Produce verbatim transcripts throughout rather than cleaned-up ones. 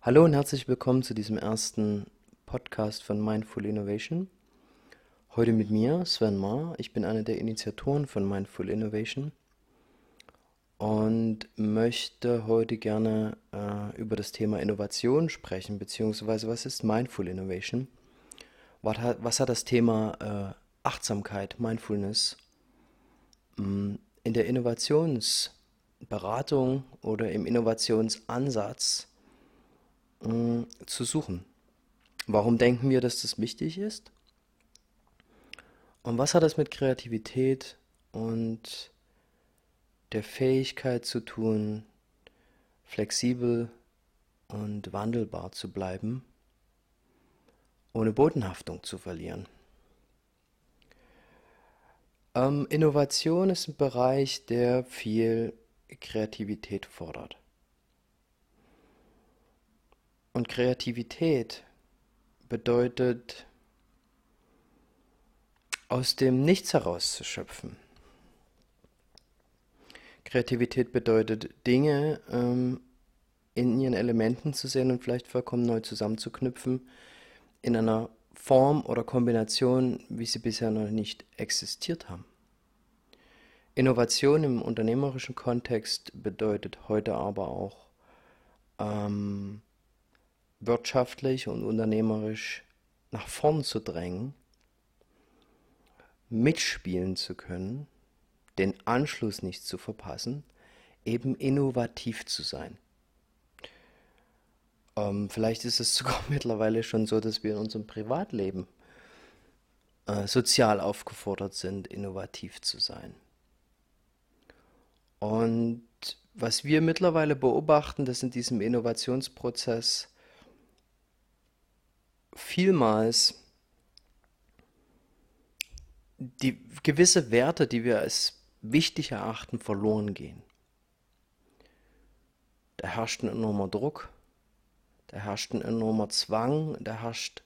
Hallo und herzlich willkommen zu diesem ersten Podcast von Mindful Innovation. Heute mit mir, Sven Maar. Ich bin einer der Initiatoren von Mindful Innovation und möchte heute gerne äh, über das Thema Innovation sprechen, beziehungsweise was ist Mindful Innovation? Was hat, was hat das Thema äh, Achtsamkeit, Mindfulness mh, in der Innovationsberatung oder im Innovationsansatz mh, zu suchen? Warum denken wir, dass das wichtig ist? Und was hat das mit Kreativität und der Fähigkeit zu tun, flexibel und wandelbar zu bleiben, ohne Bodenhaftung zu verlieren? Ähm, Innovation ist ein Bereich, der viel Kreativität fordert. Und Kreativität bedeutet, aus dem Nichts herauszuschöpfen. Kreativität bedeutet, Dinge ähm, in ihren Elementen zu sehen und vielleicht vollkommen neu zusammenzuknüpfen, in einer Form oder Kombination, wie sie bisher noch nicht existiert haben. Innovation im unternehmerischen Kontext bedeutet heute aber auch ähm, wirtschaftlich und unternehmerisch nach vorn zu drängen, mitspielen zu können, den Anschluss nicht zu verpassen, eben innovativ zu sein. Ähm, vielleicht ist es sogar mittlerweile schon so, dass wir in unserem Privatleben äh, sozial aufgefordert sind, innovativ zu sein. Und was wir mittlerweile beobachten, dass in diesem Innovationsprozess vielmals die gewisse Werte, die wir als wichtig erachten, verloren gehen. Da herrscht ein enormer Druck, da herrscht ein enormer Zwang, da herrscht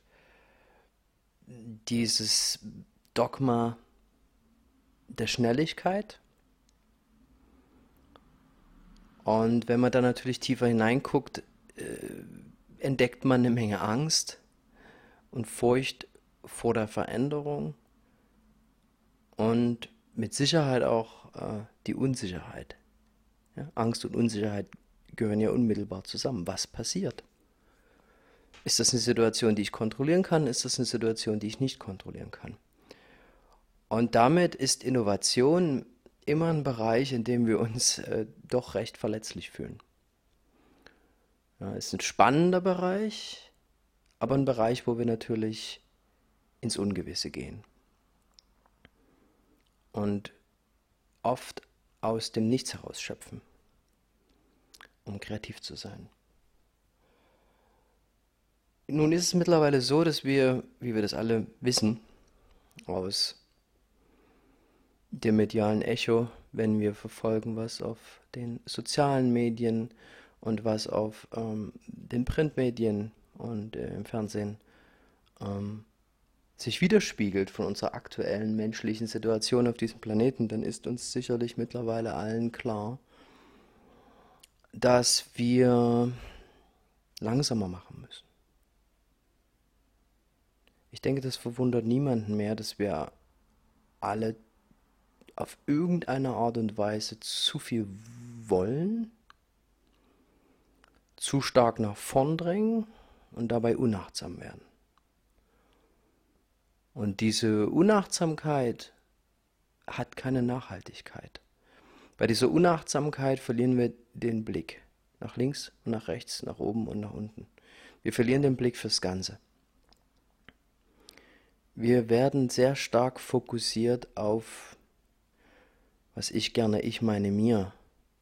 dieses Dogma der Schnelligkeit. Und wenn man da natürlich tiefer hineinguckt, äh, entdeckt man eine Menge Angst und Furcht vor der Veränderung und mit Sicherheit auch äh, die Unsicherheit. Ja, Angst und Unsicherheit gehören ja unmittelbar zusammen. Was passiert? Ist das eine Situation, die ich kontrollieren kann? Ist das eine Situation, die ich nicht kontrollieren kann? Und damit ist Innovation immer ein Bereich, in dem wir uns äh, doch recht verletzlich fühlen. Ja, ist ein spannender Bereich, aber ein Bereich, wo wir natürlich ins Ungewisse gehen und oft aus dem Nichts heraus schöpfen, um kreativ zu sein. Nun ist es mittlerweile so, dass wir, wie wir das alle wissen, aus dem medialen Echo, wenn wir verfolgen, was auf den sozialen Medien und was auf ähm, den Printmedien und äh, im Fernsehen ähm, sich widerspiegelt von unserer aktuellen menschlichen Situation auf diesem Planeten, dann ist uns sicherlich mittlerweile allen klar, dass wir langsamer machen müssen. Ich denke, das verwundert niemanden mehr, dass wir alle auf irgendeine Art und Weise zu viel wollen, zu stark nach vorn drängen und dabei unachtsam werden. Und diese Unachtsamkeit hat keine Nachhaltigkeit. Bei dieser Unachtsamkeit verlieren wir den Blick nach links und nach rechts, nach oben und nach unten. Wir verlieren den Blick fürs Ganze. Wir werden sehr stark fokussiert auf, was ich gerne ich meine mir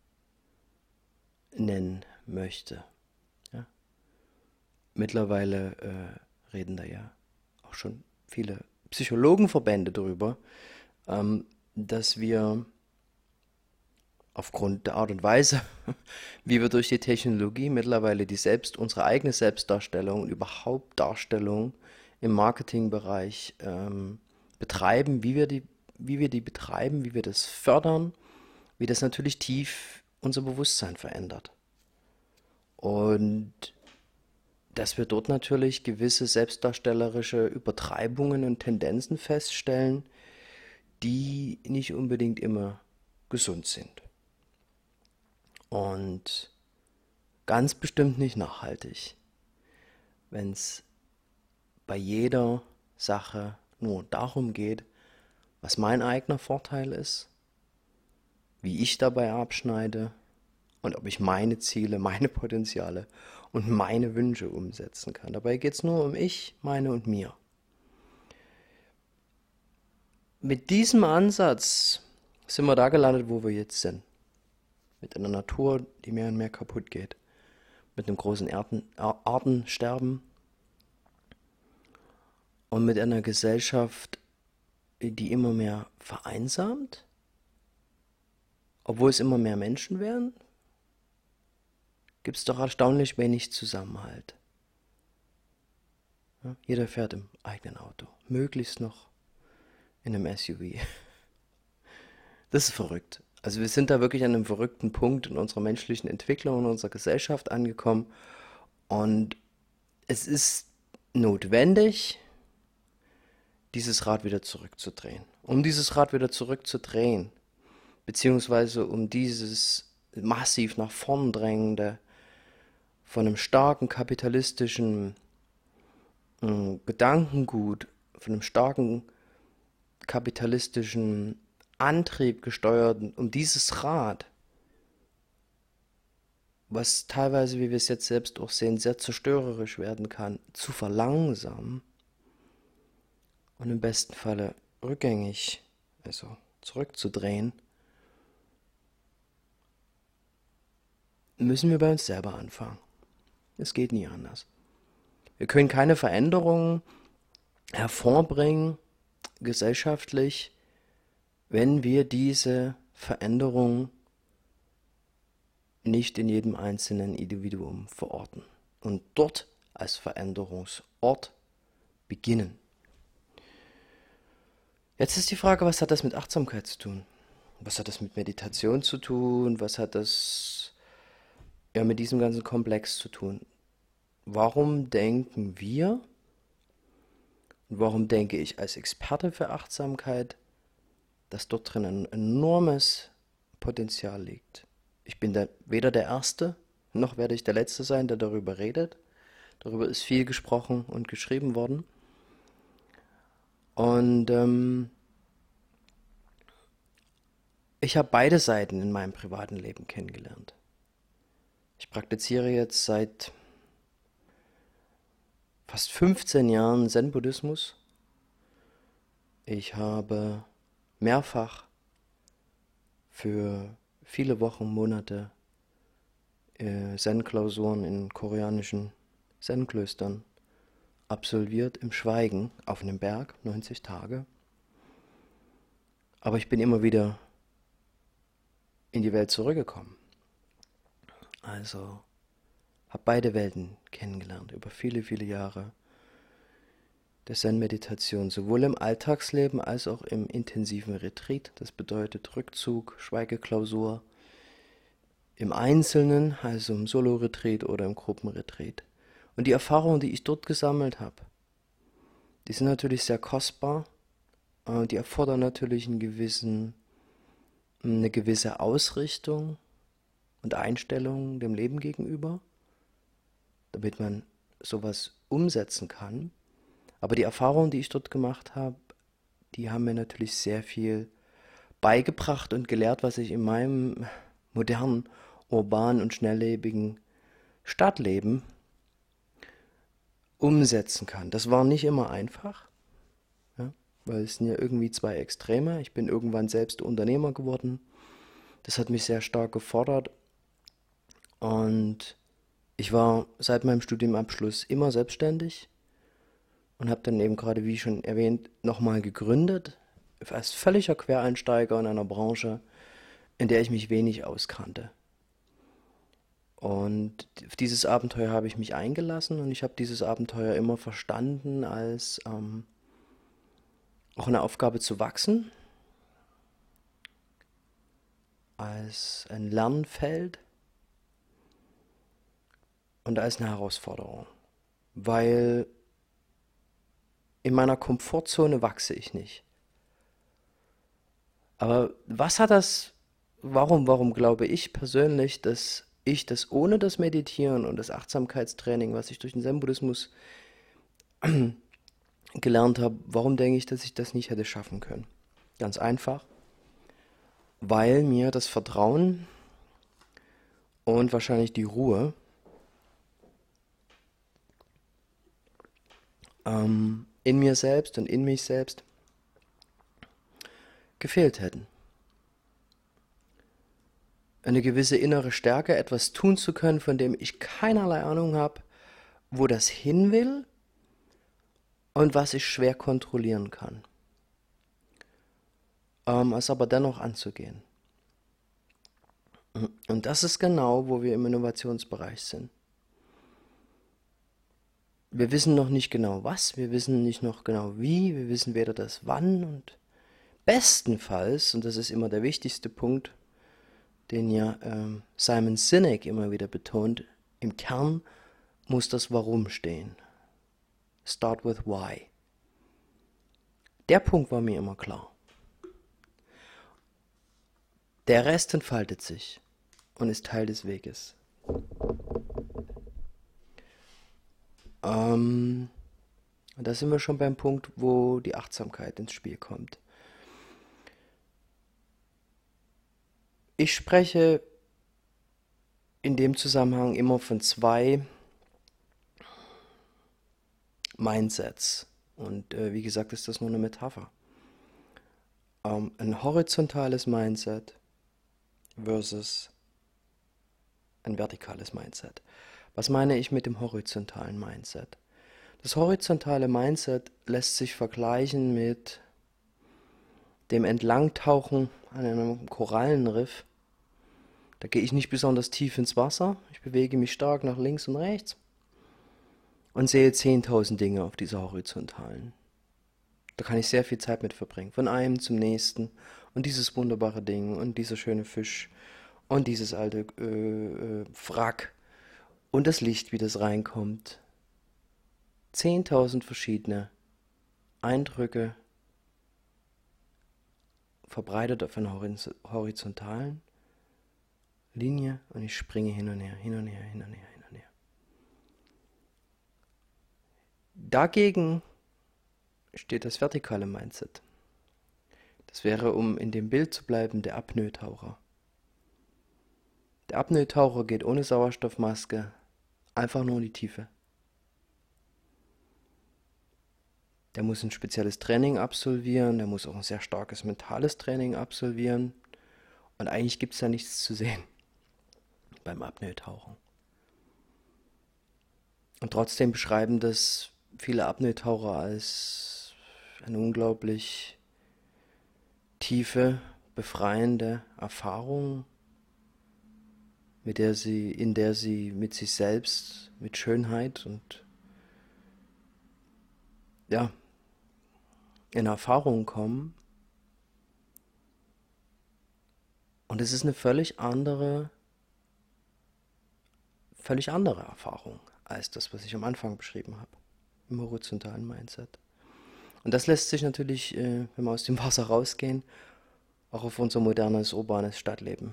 nennen möchte. Ja? Mittlerweile äh, reden da ja auch schon viele Psychologenverbände darüber, ähm, dass wir aufgrund der Art und Weise, wie wir durch die Technologie mittlerweile die selbst, unsere eigene Selbstdarstellung und überhaupt Darstellung im Marketingbereich ähm, betreiben, wie wir die, wie wir die betreiben, wie wir das fördern, wie das natürlich tief unser Bewusstsein verändert. Und dass wir dort natürlich gewisse selbstdarstellerische Übertreibungen und Tendenzen feststellen, die nicht unbedingt immer gesund sind. Und ganz bestimmt nicht nachhaltig, wenn es bei jeder Sache nur darum geht, was mein eigener Vorteil ist, wie ich dabei abschneide und ob ich meine Ziele, meine Potenziale und meine Wünsche umsetzen kann. Dabei geht es nur um ich, meine und mir. Mit diesem Ansatz sind wir da gelandet, wo wir jetzt sind. Mit einer Natur, die mehr und mehr kaputt geht. Mit einem großen Erden, Artensterben. Und mit einer Gesellschaft, die immer mehr vereinsamt. Obwohl es immer mehr Menschen werden, gibt es doch erstaunlich wenig Zusammenhalt. Ja, jeder fährt im eigenen Auto. Möglichst noch in einem S U V. Das ist verrückt. Also wir sind da wirklich an einem verrückten Punkt in unserer menschlichen Entwicklung, in unserer Gesellschaft angekommen. Und es ist notwendig, dieses Rad wieder zurückzudrehen. Um dieses Rad wieder zurückzudrehen, beziehungsweise um dieses massiv nach vorn drängende, von einem starken kapitalistischen äh, Gedankengut, von einem starken kapitalistischen Antrieb gesteuerten, um dieses Rad, was teilweise, wie wir es jetzt selbst auch sehen, sehr zerstörerisch werden kann, zu verlangsamen und im besten Falle rückgängig, also zurückzudrehen, müssen wir bei uns selber anfangen. Es geht nie anders. Wir können keine Veränderungen hervorbringen, gesellschaftlich, wenn wir diese Veränderung nicht in jedem einzelnen Individuum verorten und dort als Veränderungsort beginnen. Jetzt ist die Frage, was hat das mit Achtsamkeit zu tun? Was hat das mit Meditation zu tun? Was hat das ja mit diesem ganzen Komplex zu tun? Warum denken wir, und warum denke ich als Experte für Achtsamkeit, dass dort drin ein enormes Potenzial liegt? Ich bin da weder der Erste, noch werde ich der Letzte sein, der darüber redet. Darüber ist viel gesprochen und geschrieben worden. Und ähm, ich habe beide Seiten in meinem privaten Leben kennengelernt. Ich praktiziere jetzt seit fast fünfzehn Jahren Zen-Buddhismus. Ich habe mehrfach für viele Wochen, Monate äh, Zen-Klausuren in koreanischen Zen-Klöstern absolviert im Schweigen auf einem Berg, neunzig Tage. Aber ich bin immer wieder in die Welt zurückgekommen. Also habe beide Welten kennengelernt über viele, viele Jahre der Zen-Meditation, sowohl im Alltagsleben als auch im intensiven Retreat. Das bedeutet Rückzug, Schweigeklausur, im Einzelnen, also im Solo-Retreat oder im Gruppenretreat. Und die Erfahrungen, die ich dort gesammelt habe, die sind natürlich sehr kostbar. Die erfordern natürlich einen gewissen, eine gewisse Ausrichtung und Einstellung dem Leben gegenüber, damit man sowas umsetzen kann. Aber die Erfahrungen, die ich dort gemacht habe, die haben mir natürlich sehr viel beigebracht und gelehrt, was ich in meinem modernen, urbanen und schnelllebigen Stadtleben umsetzen kann. Das war nicht immer einfach, ja, weil es sind ja irgendwie zwei Extreme. Ich bin irgendwann selbst Unternehmer geworden. Das hat mich sehr stark gefordert. Und ich war seit meinem Studienabschluss immer selbstständig und habe dann eben gerade, wie schon erwähnt, nochmal gegründet, als völliger Quereinsteiger in einer Branche, in der ich mich wenig auskannte. Und auf dieses Abenteuer habe ich mich eingelassen und ich habe dieses Abenteuer immer verstanden als ähm, auch eine Aufgabe zu wachsen, als ein Lernfeld und als eine Herausforderung. weil in meiner Komfortzone wachse ich nicht. Aber was hat das, warum, warum glaube ich persönlich, dass ich das ohne das Meditieren und das Achtsamkeitstraining, was ich durch den Zen-Buddhismus gelernt habe, warum denke ich, dass ich das nicht hätte schaffen können? Ganz einfach, weil mir das Vertrauen und wahrscheinlich die Ruhe ähm, in mir selbst und in mich selbst gefehlt hätten. Eine gewisse innere Stärke, etwas tun zu können, von dem ich keinerlei Ahnung habe, wo das hin will und was ich schwer kontrollieren kann. Ähm, es aber dennoch anzugehen. Und das ist genau, wo wir im Innovationsbereich sind. Wir wissen noch nicht genau was, wir wissen nicht noch genau wie, wir wissen weder das wann und bestenfalls, und das ist immer der wichtigste Punkt, den ja ähm, Simon Sinek immer wieder betont, im Kern muss das Warum stehen. Start with why. Der Punkt war mir immer klar. Der Rest entfaltet sich und ist Teil des Weges. Ähm, und da sind wir schon beim Punkt, wo die Achtsamkeit ins Spiel kommt. Ich spreche in dem Zusammenhang immer von zwei Mindsets. Und äh, wie gesagt, ist das nur eine Metapher. Ähm, ein horizontales Mindset versus ein vertikales Mindset. Was meine ich mit dem horizontalen Mindset? Das horizontale Mindset lässt sich vergleichen mit dem Entlangtauchen an einem Korallenriff. Da gehe ich nicht besonders tief ins Wasser, ich bewege mich stark nach links und rechts und sehe zehntausend Dinge auf dieser horizontalen. Da kann ich sehr viel Zeit mit verbringen, von einem zum nächsten und dieses wunderbare Ding und dieser schöne Fisch und dieses alte äh, äh, Wrack und das Licht, wie das reinkommt. Zehntausend verschiedene Eindrücke, verbreitet auf einer horizontalen Linie und ich springe hin und her, hin und her, hin und her, hin und her. Dagegen steht das vertikale Mindset. Das wäre, um in dem Bild zu bleiben, der Apnoe-Taucher. Der Apnoe-Taucher geht ohne Sauerstoffmaske einfach nur in die Tiefe. Der muss ein spezielles Training absolvieren, der muss auch ein sehr starkes mentales Training absolvieren. Und eigentlich gibt es da nichts zu sehen beim Apnoe-Tauchen. Und trotzdem beschreiben das viele Apnoe-Taucher als eine unglaublich tiefe, befreiende Erfahrung, mit der sie, in der sie mit sich selbst, mit Schönheit und ja, in Erfahrung kommen. Und es ist eine völlig andere, völlig andere Erfahrung als das, was ich am Anfang beschrieben habe, im horizontalen Mindset. Und das lässt sich natürlich, äh, wenn wir aus dem Wasser rausgehen, auch auf unser modernes, urbanes Stadtleben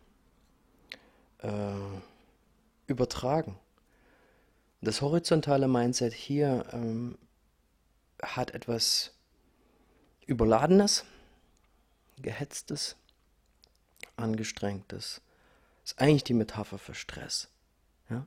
äh, übertragen. Das horizontale Mindset hier ähm, hat etwas Überladenes, Gehetztes, Angestrengtes. Das ist eigentlich die Metapher für Stress. Ja?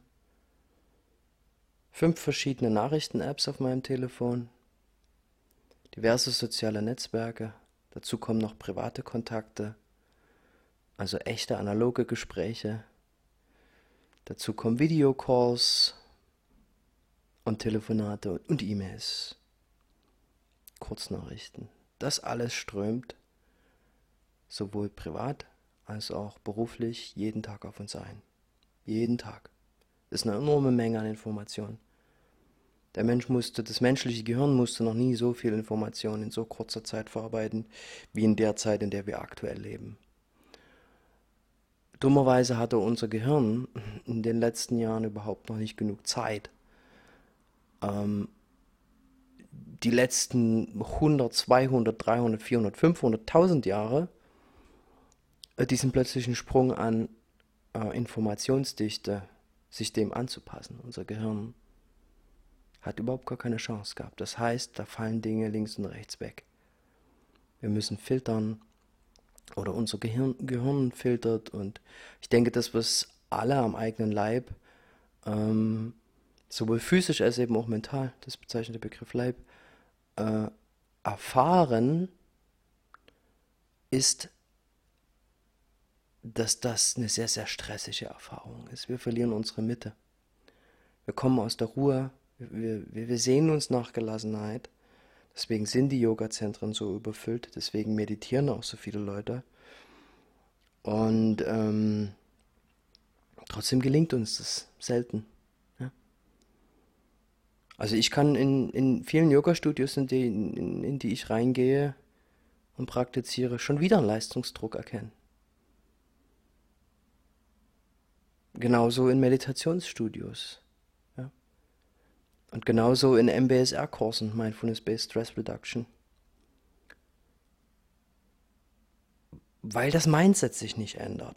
Fünf verschiedene Nachrichten-Apps auf meinem Telefon, diverse soziale Netzwerke, dazu kommen noch private Kontakte, also echte analoge Gespräche, dazu kommen Videocalls und Telefonate und E-Mails, Kurznachrichten. Das alles strömt sowohl privat als auch beruflich jeden Tag auf uns ein. Jeden Tag. Das ist eine enorme Menge an Informationen. Der Mensch musste, das menschliche Gehirn musste noch nie so viel Informationen in so kurzer Zeit verarbeiten, wie in der Zeit, in der wir aktuell leben. Dummerweise hatte unser Gehirn in den letzten Jahren überhaupt noch nicht genug Zeit, ähm, die letzten hundert, zweihundert, dreihundert, vierhundert, fünfhundert, tausend Jahre äh, diesen plötzlichen Sprung an äh, Informationsdichte, sich dem anzupassen. Unser Gehirn hat überhaupt gar keine Chance gehabt. Das heißt, da fallen Dinge links und rechts weg. Wir müssen filtern oder unser Gehirn, Gehirn filtert, und ich denke, das, was alle am eigenen Leib, ähm, sowohl physisch als eben auch mental, das bezeichnet der Begriff Leib, äh, erfahren, ist, dass das eine sehr, sehr stressige Erfahrung ist. Wir verlieren unsere Mitte. Wir kommen aus der Ruhe, wir, wir, wir sehnen uns nach Gelassenheit. Deswegen sind die Yoga-Zentren so überfüllt, deswegen meditieren auch so viele Leute. Und ähm, trotzdem gelingt uns das selten. Ja? Also ich kann in, in vielen Yoga-Studios, in die, in, in die ich reingehe und praktiziere, schon wieder einen Leistungsdruck erkennen. Genauso in Meditationsstudios. Ja? Und genauso in M B S R-Kursen, Mindfulness-Based Stress Reduction. Weil das Mindset sich nicht ändert.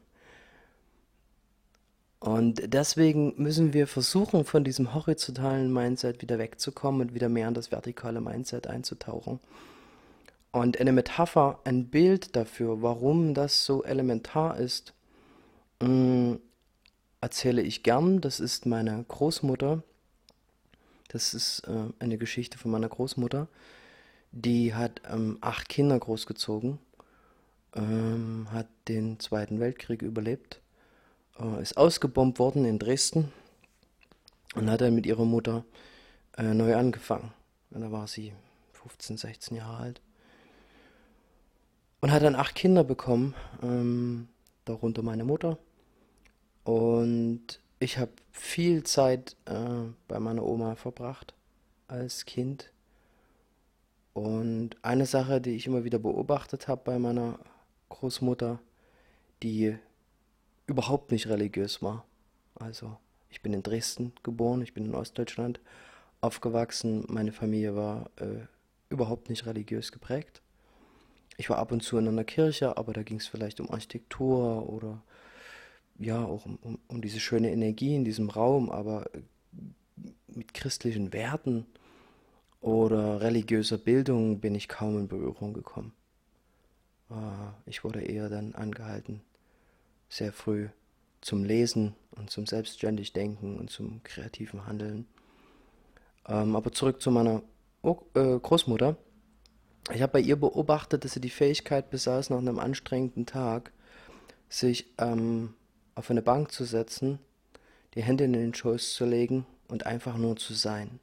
Und deswegen müssen wir versuchen, von diesem horizontalen Mindset wieder wegzukommen und wieder mehr in das vertikale Mindset einzutauchen. Und eine Metapher, ein Bild dafür, warum das so elementar ist, mh, erzähle ich gern. Das ist meine Großmutter. Das ist äh, eine Geschichte von meiner Großmutter. Die hat ähm, acht Kinder großgezogen, ähm, hat den Zweiten Weltkrieg überlebt, äh, ist ausgebombt worden in Dresden und hat dann mit ihrer Mutter äh, neu angefangen. Und da war sie fünfzehn, sechzehn Jahre alt. Und hat dann acht Kinder bekommen, ähm, darunter meine Mutter. Und ich habe viel Zeit äh, bei meiner Oma verbracht als Kind. Und eine Sache, die ich immer wieder beobachtet habe bei meiner Großmutter, die überhaupt nicht religiös war. Also ich bin in Dresden geboren, ich bin in Ostdeutschland aufgewachsen. Meine Familie war äh, überhaupt nicht religiös geprägt. Ich war ab und zu in einer Kirche, aber da ging es vielleicht um Architektur oder ja, auch um, um, um diese schöne Energie in diesem Raum, aber mit christlichen Werten oder religiöser Bildung bin ich kaum in Berührung gekommen. Äh, ich wurde eher dann angehalten, sehr früh zum Lesen und zum selbstständig Denken und zum kreativen Handeln. Ähm, aber zurück zu meiner Ur äh, Großmutter. Ich habe bei ihr beobachtet, dass sie die Fähigkeit besaß, nach einem anstrengenden Tag sich ähm, auf eine Bank zu setzen, die Hände in den Schoß zu legen und einfach nur zu sein.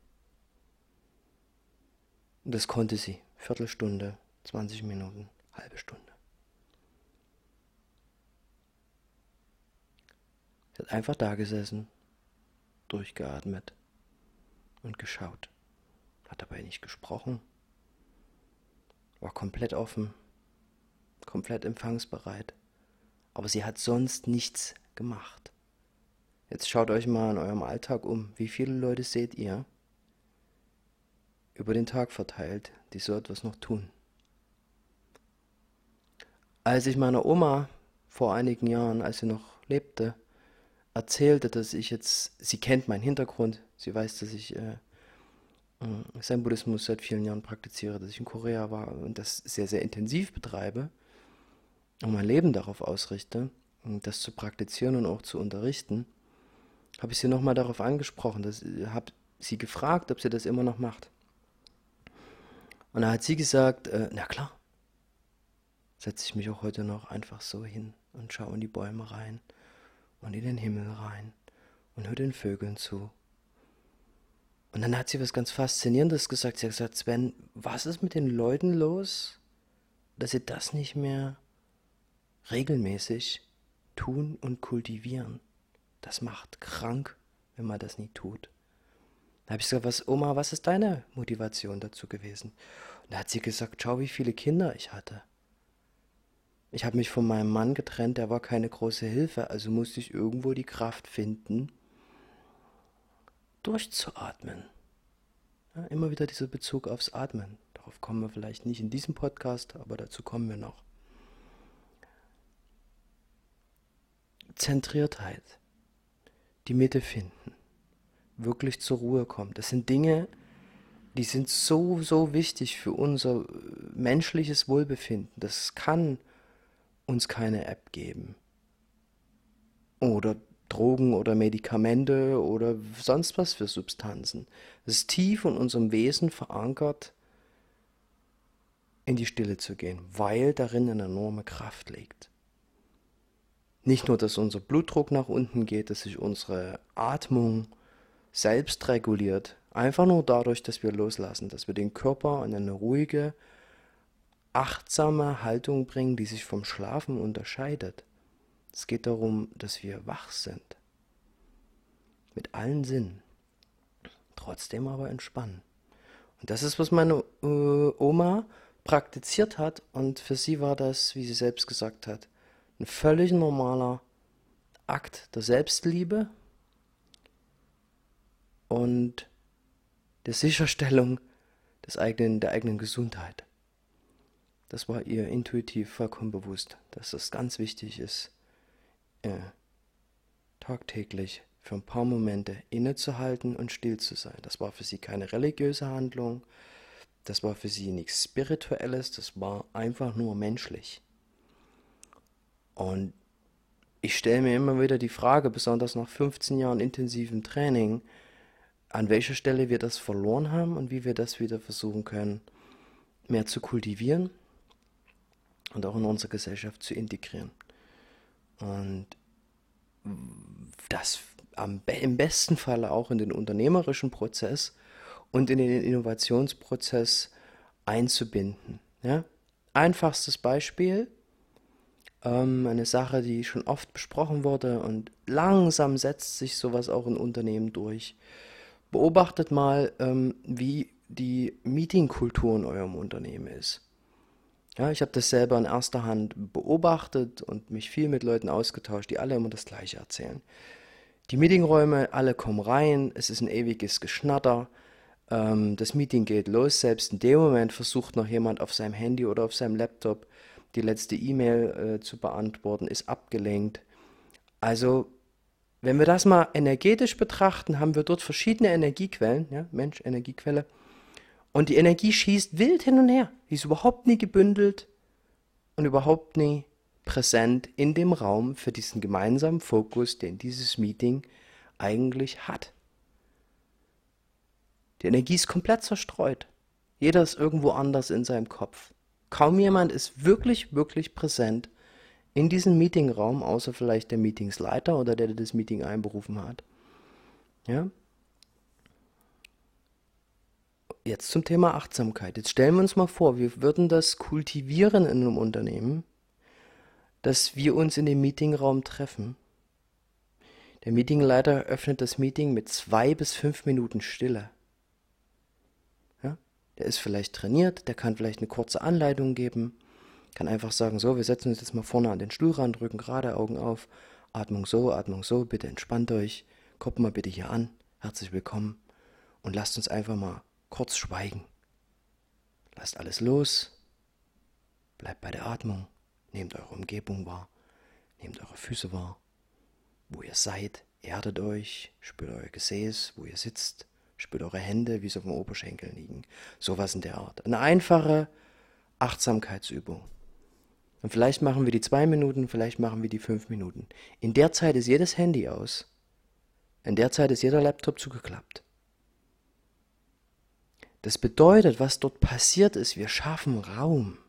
Und das konnte sie. Viertelstunde, zwanzig Minuten, halbe Stunde. Sie hat einfach da gesessen, durchgeatmet und geschaut. Hat dabei nicht gesprochen. War komplett offen, komplett empfangsbereit. Aber sie hat sonst nichts gemacht. Jetzt schaut euch mal in eurem Alltag um. Wie viele Leute seht ihr über den Tag verteilt, die so etwas noch tun? Als ich meiner Oma vor einigen Jahren, als sie noch lebte, erzählte, dass ich jetzt, sie kennt meinen Hintergrund, sie weiß, dass ich äh, Zen-Buddhismus seit vielen Jahren praktiziere, dass ich in Korea war und das sehr, sehr intensiv betreibe und mein Leben darauf ausrichte, das zu praktizieren und auch zu unterrichten, habe ich sie nochmal darauf angesprochen, dass, habe sie gefragt, ob sie das immer noch macht. Und da hat sie gesagt, äh, na klar, setze ich mich auch heute noch einfach so hin und schaue in die Bäume rein und in den Himmel rein und höre den Vögeln zu. Und dann hat sie was ganz Faszinierendes gesagt. Sie hat gesagt, Sven, was ist mit den Leuten los, dass sie das nicht mehr regelmäßig tun und kultivieren? Das macht krank, wenn man das nie tut. Da habe ich gesagt, was, Oma, was ist deine Motivation dazu gewesen? Und da hat sie gesagt, schau, wie viele Kinder ich hatte. Ich habe mich von meinem Mann getrennt, der war keine große Hilfe, also musste ich irgendwo die Kraft finden, durchzuatmen. Ja, immer wieder dieser Bezug aufs Atmen. Darauf kommen wir vielleicht nicht in diesem Podcast, aber dazu kommen wir noch. Zentriertheit, die Mitte finden, wirklich zur Ruhe kommen. Das sind Dinge, die sind so, so wichtig für unser menschliches Wohlbefinden. Das kann uns keine App geben. Oder Drogen oder Medikamente oder sonst was für Substanzen. Es ist tief in unserem Wesen verankert, in die Stille zu gehen, weil darin eine enorme Kraft liegt. Nicht nur, dass unser Blutdruck nach unten geht, dass sich unsere Atmung selbst reguliert, einfach nur dadurch, dass wir loslassen, dass wir den Körper in eine ruhige, achtsame Haltung bringen, die sich vom Schlafen unterscheidet. Es geht darum, dass wir wach sind, mit allen Sinnen, trotzdem aber entspannen. Und das ist, was meine äh, Oma praktiziert hat, und für sie war das, wie sie selbst gesagt hat, ein völlig normaler Akt der Selbstliebe und der Sicherstellung des eigenen, der eigenen Gesundheit. Das war ihr intuitiv vollkommen bewusst, dass das ganz wichtig ist, äh, tagtäglich für ein paar Momente innezuhalten und still zu sein. Das war für sie keine religiöse Handlung, das war für sie nichts Spirituelles, das war einfach nur menschlich. Und ich stelle mir immer wieder die Frage, besonders nach fünfzehn Jahren intensivem Training, an welcher Stelle wir das verloren haben und wie wir das wieder versuchen können, mehr zu kultivieren und auch in unsere Gesellschaft zu integrieren. Und das am, im besten Falle auch in den unternehmerischen Prozess und in den Innovationsprozess einzubinden. Ja? Einfachstes Beispiel, ähm, eine Sache, die schon oft besprochen wurde, und langsam setzt sich sowas auch in Unternehmen durch. Beobachtet mal, ähm, wie die Meetingkultur in eurem Unternehmen ist. Ja, ich habe das selber in erster Hand beobachtet und mich viel mit Leuten ausgetauscht, die alle immer das Gleiche erzählen. Die Meetingräume, alle kommen rein, es ist ein ewiges Geschnatter, ähm, das Meeting geht los, selbst in dem Moment versucht noch jemand auf seinem Handy oder auf seinem Laptop die letzte E-Mail äh, zu beantworten, ist abgelenkt. Also, wenn wir das mal energetisch betrachten, haben wir dort verschiedene Energiequellen, ja, Mensch, Energiequelle, und die Energie schießt wild hin und her. Die ist überhaupt nie gebündelt und überhaupt nie präsent in dem Raum für diesen gemeinsamen Fokus, den dieses Meeting eigentlich hat. Die Energie ist komplett zerstreut. Jeder ist irgendwo anders in seinem Kopf. Kaum jemand ist wirklich, wirklich präsent in diesem Meetingraum, außer vielleicht der Meetingsleiter oder der, der das Meeting einberufen hat. Ja? Jetzt zum Thema Achtsamkeit. Jetzt stellen wir uns mal vor, wir würden das kultivieren in einem Unternehmen, dass wir uns in dem Meetingraum treffen. Der Meetingleiter öffnet das Meeting mit zwei bis fünf Minuten Stille. Ja? Der ist vielleicht trainiert, der kann vielleicht eine kurze Anleitung geben, kann einfach sagen, so, wir setzen uns jetzt mal vorne an den Stuhl ran, drücken gerade Augen auf, Atmung so, Atmung so, bitte entspannt euch, kommt mal bitte hier an, herzlich willkommen, und lasst uns einfach mal kurz schweigen. Lasst alles los, bleibt bei der Atmung, nehmt eure Umgebung wahr, nehmt eure Füße wahr, wo ihr seid, erdet euch, spürt euer Gesäß, wo ihr sitzt, spürt eure Hände, wie sie auf dem Oberschenkel liegen. Sowas in der Art. Eine einfache Achtsamkeitsübung. Und vielleicht machen wir die zwei Minuten, vielleicht machen wir die fünf Minuten. In der Zeit ist jedes Handy aus. In der Zeit ist jeder Laptop zugeklappt. Das bedeutet, was dort passiert ist, wir schaffen Raum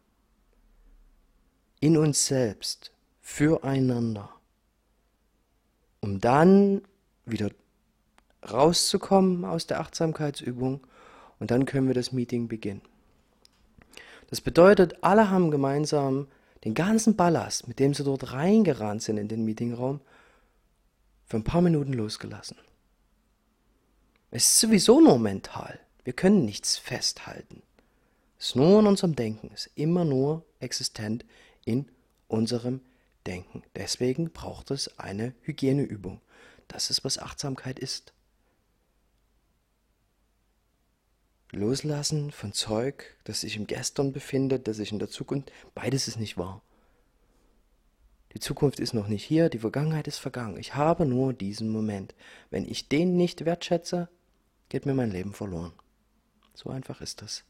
in uns selbst, füreinander, um dann wieder rauszukommen aus der Achtsamkeitsübung, und dann können wir das Meeting beginnen. Das bedeutet, alle haben gemeinsam den ganzen Ballast, mit dem sie dort reingerannt sind in den Meetingraum, für ein paar Minuten losgelassen. Es ist sowieso nur mental. Wir können nichts festhalten. Es ist nur in unserem Denken. Es ist immer nur existent in unserem Denken. Deswegen braucht es eine Hygieneübung. Das ist, was Achtsamkeit ist. Loslassen von Zeug, das sich im Gestern befindet, das sich in der Zukunft, beides ist nicht wahr. Die Zukunft ist noch nicht hier, die Vergangenheit ist vergangen. Ich habe nur diesen Moment. Wenn ich den nicht wertschätze, geht mir mein Leben verloren. So einfach ist das.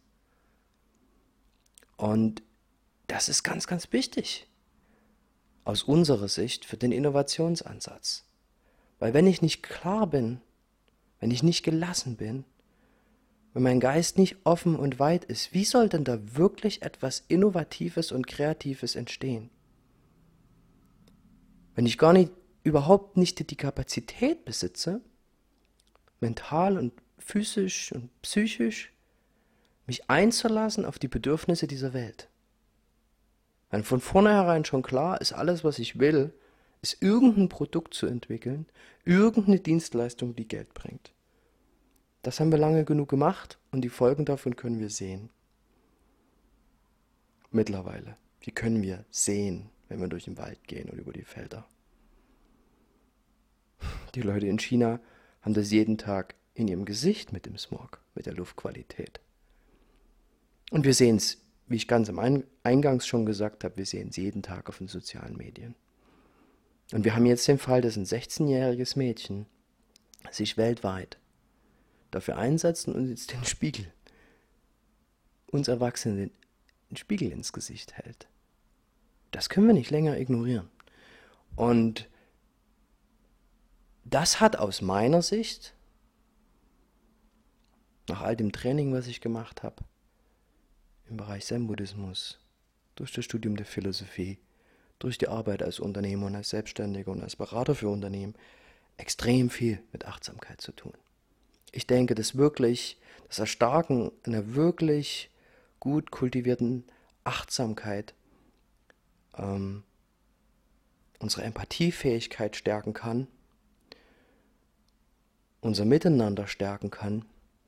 Und das ist ganz, ganz wichtig aus unserer Sicht für den Innovationsansatz. Weil wenn ich nicht klar bin, wenn ich nicht gelassen bin, wenn mein Geist nicht offen und weit ist, wie soll denn da wirklich etwas Innovatives und Kreatives entstehen? Wenn ich gar nicht, überhaupt nicht die Kapazität besitze, mental und physisch und psychisch, mich einzulassen auf die Bedürfnisse dieser Welt. Wenn von vornherein schon klar ist, alles, was ich will, ist irgendein Produkt zu entwickeln, irgendeine Dienstleistung, die Geld bringt. Das haben wir lange genug gemacht und die Folgen davon können wir sehen. Mittlerweile. Die können wir sehen, wenn wir durch den Wald gehen oder über die Felder. Die Leute in China haben das jeden Tag in ihrem Gesicht mit dem Smog, mit der Luftqualität. Und wir sehen es, wie ich ganz am Eingangs schon gesagt habe, wir sehen es jeden Tag auf den sozialen Medien. Und wir haben jetzt den Fall, dass ein sechzehnjähriges Mädchen sich weltweit dafür einsetzt und uns den Spiegel, uns Erwachsenen den Spiegel ins Gesicht hält. Das können wir nicht länger ignorieren. Und das hat aus meiner Sicht, nach all dem Training, was ich gemacht habe, im Bereich Zen-Buddhismus, durch das Studium der Philosophie, durch die Arbeit als Unternehmer und als Selbstständiger und als Berater für Unternehmen, extrem viel mit Achtsamkeit zu tun. Ich denke, dass wirklich das Erstarken einer wirklich gut kultivierten Achtsamkeit ähm, unsere Empathiefähigkeit stärken kann, unser Miteinander stärken kann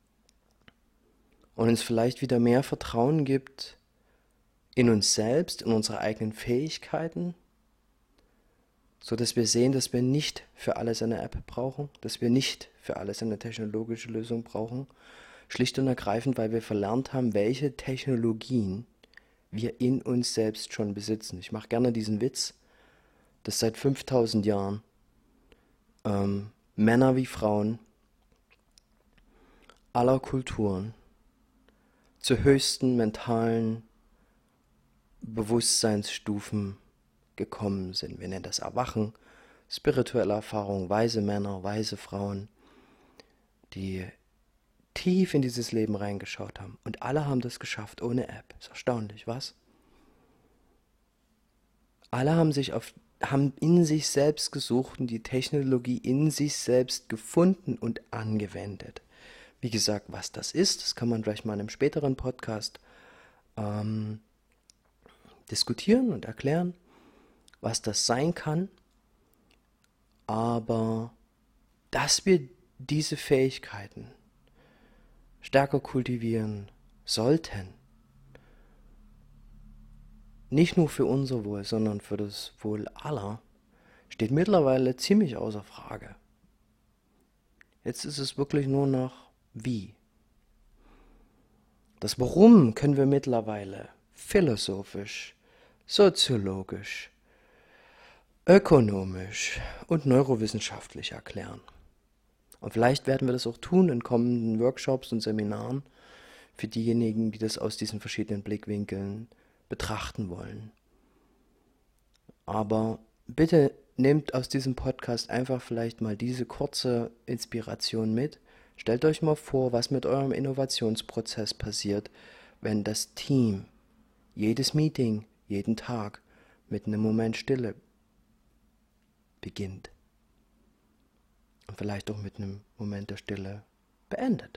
und uns vielleicht wieder mehr Vertrauen gibt in uns selbst, in unsere eigenen Fähigkeiten, so dass wir sehen, dass wir nicht für alles eine App brauchen, dass wir nicht für alles eine technologische Lösung brauchen, schlicht und ergreifend, weil wir verlernt haben, welche Technologien wir in uns selbst schon besitzen. Ich mache gerne diesen Witz, dass seit fünftausend Jahren ähm, Männer wie Frauen aller Kulturen zu höchsten mentalen Bewusstseinsstufen gekommen sind. Wir nennen das Erwachen, spirituelle Erfahrung, weise Männer, weise Frauen, die tief in dieses Leben reingeschaut haben. Und alle haben das geschafft ohne App. Ist erstaunlich, was? Alle haben sich auf, haben in sich selbst gesucht und die Technologie in sich selbst gefunden und angewendet. Wie gesagt, was das ist, das kann man vielleicht mal in einem späteren Podcast ähm, diskutieren und erklären, was das sein kann. Aber dass wir diese Fähigkeiten stärker kultivieren sollten, nicht nur für unser Wohl, sondern für das Wohl aller, steht mittlerweile ziemlich außer Frage. Jetzt ist es wirklich nur noch wie. Das Warum können wir mittlerweile philosophisch, soziologisch, ökonomisch und neurowissenschaftlich erklären. Und vielleicht werden wir das auch tun in kommenden Workshops und Seminaren für diejenigen, die das aus diesen verschiedenen Blickwinkeln betrachten wollen. Aber bitte nehmt aus diesem Podcast einfach vielleicht mal diese kurze Inspiration mit. Stellt euch mal vor, was mit eurem Innovationsprozess passiert, wenn das Team jedes Meeting, jeden Tag mit einem Moment Stille beginnt. Und vielleicht auch mit einem Moment der Stille beendet.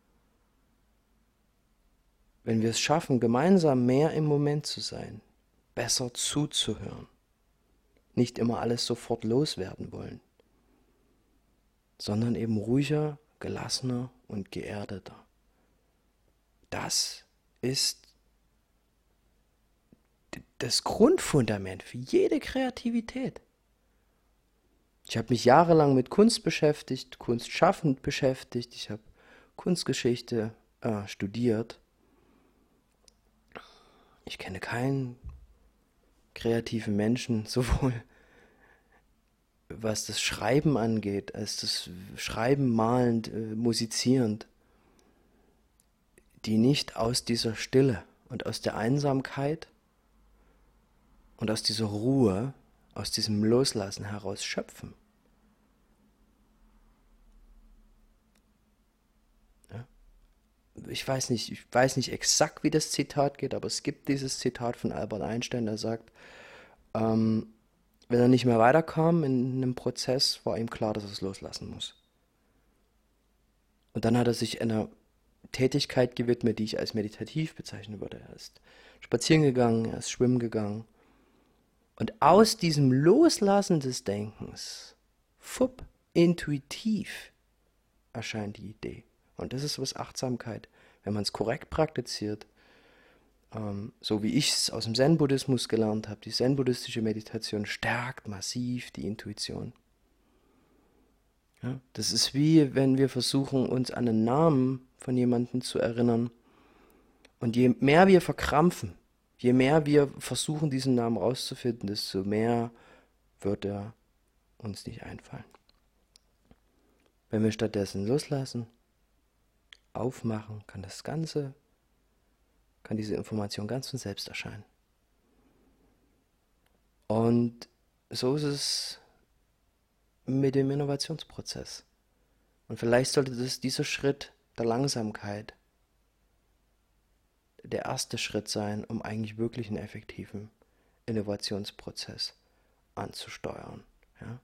Wenn wir es schaffen, gemeinsam mehr im Moment zu sein, besser zuzuhören, nicht immer alles sofort loswerden wollen, sondern eben ruhiger, gelassener und geerdeter. Das ist das Grundfundament für jede Kreativität. Ich habe mich jahrelang mit Kunst beschäftigt, kunstschaffend beschäftigt, ich habe Kunstgeschichte äh, studiert. Ich kenne keinen kreativen Menschen, sowohl was das Schreiben angeht, als das Schreiben, malend, äh, musizierend, die nicht aus dieser Stille und aus der Einsamkeit und aus dieser Ruhe, aus diesem Loslassen heraus schöpfen. Ja? Ich weiß nicht, ich weiß nicht exakt, wie das Zitat geht, aber es gibt dieses Zitat von Albert Einstein, der sagt, ähm, wenn er nicht mehr weiterkam in einem Prozess, war ihm klar, dass er es loslassen muss. Und dann hat er sich einer Tätigkeit gewidmet, die ich als meditativ bezeichnen würde. Er ist spazieren gegangen, er ist schwimmen gegangen. Und aus diesem Loslassen des Denkens, fupp, intuitiv, erscheint die Idee. Und das ist was Achtsamkeit, wenn man es korrekt praktiziert, ähm, so wie ich es aus dem Zen-Buddhismus gelernt habe. Die zen-buddhistische Meditation stärkt massiv die Intuition. Ja, das ist wie, wenn wir versuchen, uns an einen Namen von jemandem zu erinnern. Und je mehr wir verkrampfen, je mehr wir versuchen, diesen Namen rauszufinden, desto mehr wird er uns nicht einfallen. Wenn wir stattdessen loslassen, aufmachen, kann das Ganze, kann diese Information ganz von selbst erscheinen. Und so ist es mit dem Innovationsprozess. Und vielleicht sollte das dieser Schritt der Langsamkeit der erste Schritt sein, um eigentlich wirklich einen effektiven Innovationsprozess anzusteuern. Ja?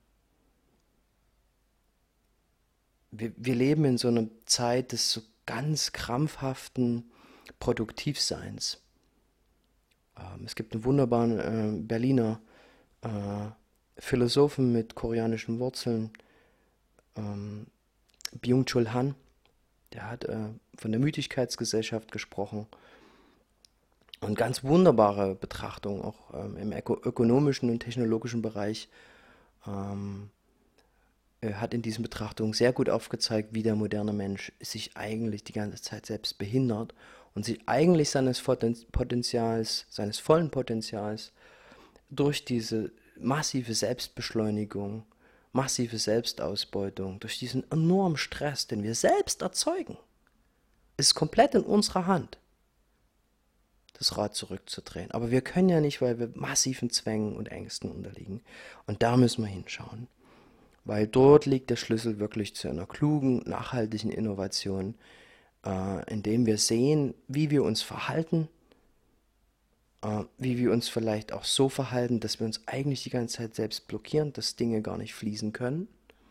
Wir, wir leben in so einer Zeit des so ganz krampfhaften Produktivseins. Ähm, es gibt einen wunderbaren äh, Berliner äh, Philosophen mit koreanischen Wurzeln, ähm, Byung-Chul Han, der hat äh, von der Müdigkeitsgesellschaft gesprochen. Und ganz wunderbare Betrachtung, auch ähm, im öko- ökonomischen und technologischen Bereich, ähm, er hat in diesen Betrachtungen sehr gut aufgezeigt, wie der moderne Mensch sich eigentlich die ganze Zeit selbst behindert und sich eigentlich seines Potenzials, seines vollen Potenzials durch diese massive Selbstbeschleunigung, massive Selbstausbeutung, durch diesen enormen Stress, den wir selbst erzeugen, ist komplett in unserer Hand, das Rad zurückzudrehen. Aber wir können ja nicht, weil wir massiven Zwängen und Ängsten unterliegen. Und da müssen wir hinschauen, weil dort liegt der Schlüssel wirklich zu einer klugen, nachhaltigen Innovation, äh, indem wir sehen, wie wir uns verhalten, äh, wie wir uns vielleicht auch so verhalten, dass wir uns eigentlich die ganze Zeit selbst blockieren, dass Dinge gar nicht fließen können.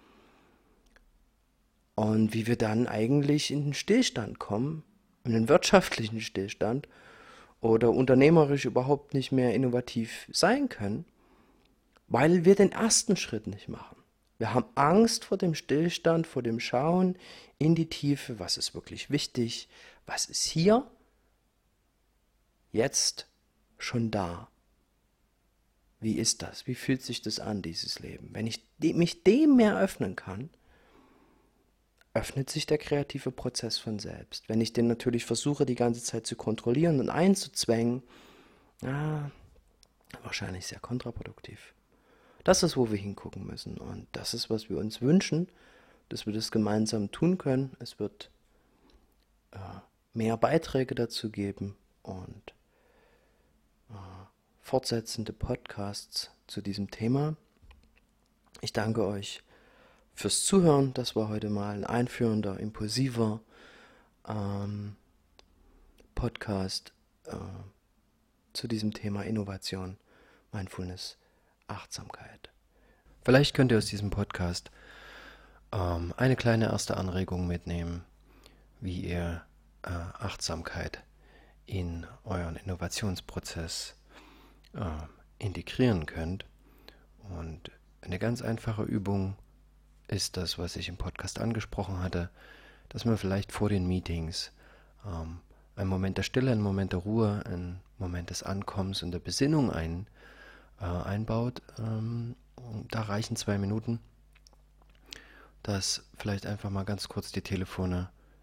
Und wie wir dann eigentlich in den Stillstand kommen, in den wirtschaftlichen Stillstand, oder unternehmerisch überhaupt nicht mehr innovativ sein können, weil wir den ersten Schritt nicht machen. Wir haben Angst vor dem Stillstand, vor dem Schauen in die Tiefe, was ist wirklich wichtig, was ist hier, jetzt, schon da. Wie ist das? Wie fühlt sich das an, dieses Leben? Wenn ich mich dem mehr öffnen kann, öffnet sich der kreative Prozess von selbst. Wenn ich den natürlich versuche, die ganze Zeit zu kontrollieren und einzuzwängen, ja, wahrscheinlich sehr kontraproduktiv. Das ist, wo wir hingucken müssen. Und das ist, was wir uns wünschen, dass wir das gemeinsam tun können. Es wird äh, mehr Beiträge dazu geben und äh, fortsetzende Podcasts zu diesem Thema. Ich danke euch fürs Zuhören. Das war heute mal ein einführender, impulsiver ähm, Podcast äh, zu diesem Thema Innovation, Mindfulness, Achtsamkeit. Vielleicht könnt ihr aus diesem Podcast ähm, eine kleine erste Anregung mitnehmen, wie ihr äh, Achtsamkeit in euren Innovationsprozess äh, integrieren könnt. Und eine ganz einfache Übung ist das, was ich im Podcast angesprochen hatte, dass man vielleicht vor den Meetings ähm, einen Moment der Stille, einen Moment der Ruhe, einen Moment des Ankommens und der Besinnung ein, äh, einbaut. Ähm, da reichen zwei Minuten, dass vielleicht einfach mal ganz kurz die Telefone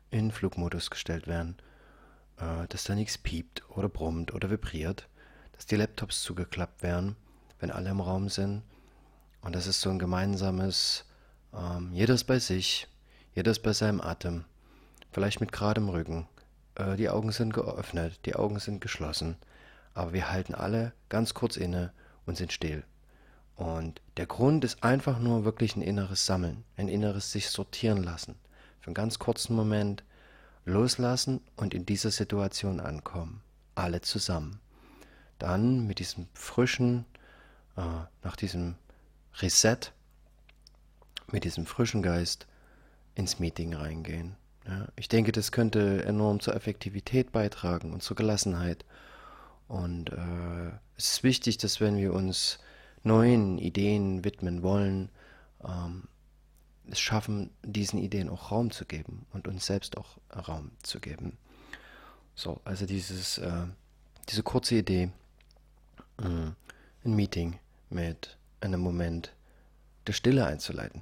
in Flugmodus gestellt werden, äh, dass da nichts piept oder brummt oder vibriert, dass die Laptops zugeklappt werden, wenn alle im Raum sind. Und das ist so ein gemeinsames, ähm, jeder ist bei sich, jeder ist bei seinem Atem, vielleicht mit geradem Rücken. Äh, die Augen sind geöffnet, die Augen sind geschlossen, aber wir halten alle ganz kurz inne und sind still. Und der Grund ist einfach nur wirklich ein inneres Sammeln, ein inneres sich sortieren lassen. Für einen ganz kurzen Moment loslassen und in dieser Situation ankommen. Alle zusammen. Dann mit diesem frischen, äh, nach diesem Reset, mit diesem frischen Geist ins Meeting reingehen. Ja, ich denke, das könnte enorm zur Effektivität beitragen und zur Gelassenheit. Und äh, es ist wichtig, dass wenn wir uns neuen Ideen widmen wollen, ähm, es schaffen, diesen Ideen auch Raum zu geben und uns selbst auch Raum zu geben. So, also dieses, äh, diese kurze Idee, mh, ein Meeting mit einem Moment der Stille einzuleiten.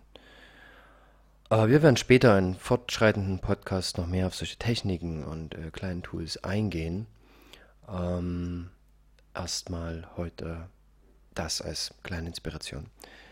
Aber wir werden später in fortschreitenden Podcasts noch mehr auf solche Techniken und äh, kleinen Tools eingehen. Ähm, erstmal heute das als kleine Inspiration.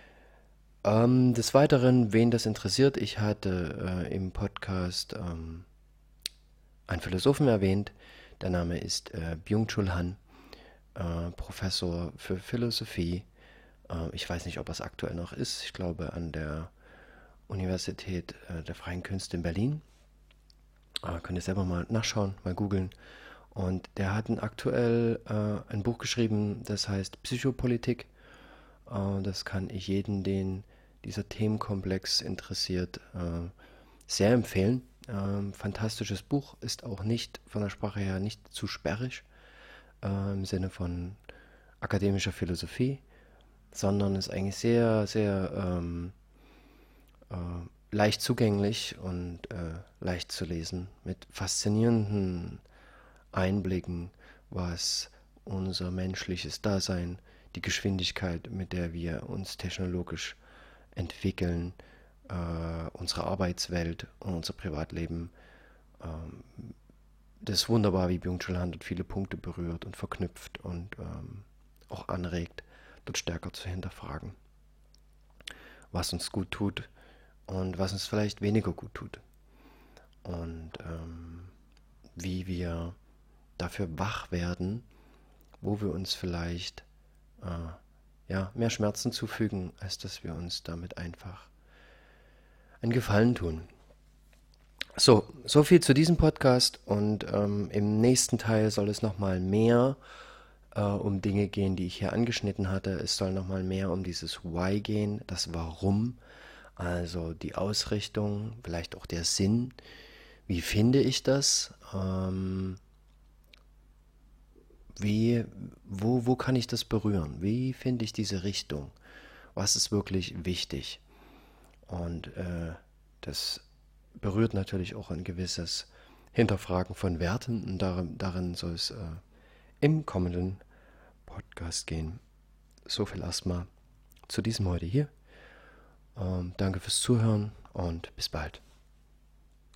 Ähm, des Weiteren, wen das interessiert, ich hatte äh, im Podcast ähm, einen Philosophen erwähnt. Der Name ist äh, Byung-Chul Han, äh, Professor für Philosophie. Äh, ich weiß nicht, ob er es aktuell noch ist. Ich glaube an der Universität äh, der Freien Künste in Berlin. Äh, könnt ihr selber mal nachschauen, mal googeln. Und der hat ein aktuell äh, ein Buch geschrieben, das heißt Psychopolitik. Äh, das kann ich jedem, den dieser Themenkomplex interessiert, äh, sehr empfehlen. Ähm, fantastisches Buch, ist auch nicht von der Sprache her nicht zu sperrig äh, im Sinne von akademischer Philosophie, sondern ist eigentlich sehr, sehr ähm, äh, leicht zugänglich und äh, leicht zu lesen, mit faszinierenden Einblicken, was unser menschliches Dasein, die Geschwindigkeit, mit der wir uns technologisch entwickeln, äh, unsere Arbeitswelt und unser Privatleben. Ähm, das ist wunderbar, wie Byung-Chul Han dort viele Punkte berührt und verknüpft und ähm, auch anregt, dort stärker zu hinterfragen, was uns gut tut und was uns vielleicht weniger gut tut. Und ähm, wie wir dafür wach werden, wo wir uns vielleicht äh, ja, mehr Schmerzen zufügen, als dass wir uns damit einfach einen Gefallen tun. So, so viel zu diesem Podcast und ähm, im nächsten Teil soll es nochmal mehr äh, um Dinge gehen, die ich hier angeschnitten hatte. Es soll nochmal mehr um dieses Why gehen, das Warum, also die Ausrichtung, vielleicht auch der Sinn. Wie finde ich das? Ähm, wie, wo, wo kann ich das berühren? Wie finde ich diese Richtung? Was ist wirklich wichtig? Und äh, das berührt natürlich auch ein gewisses Hinterfragen von Werten und darin, darin soll es äh, im kommenden Podcast gehen. So viel erstmal zu diesem heute hier. Ähm, danke fürs Zuhören und bis bald.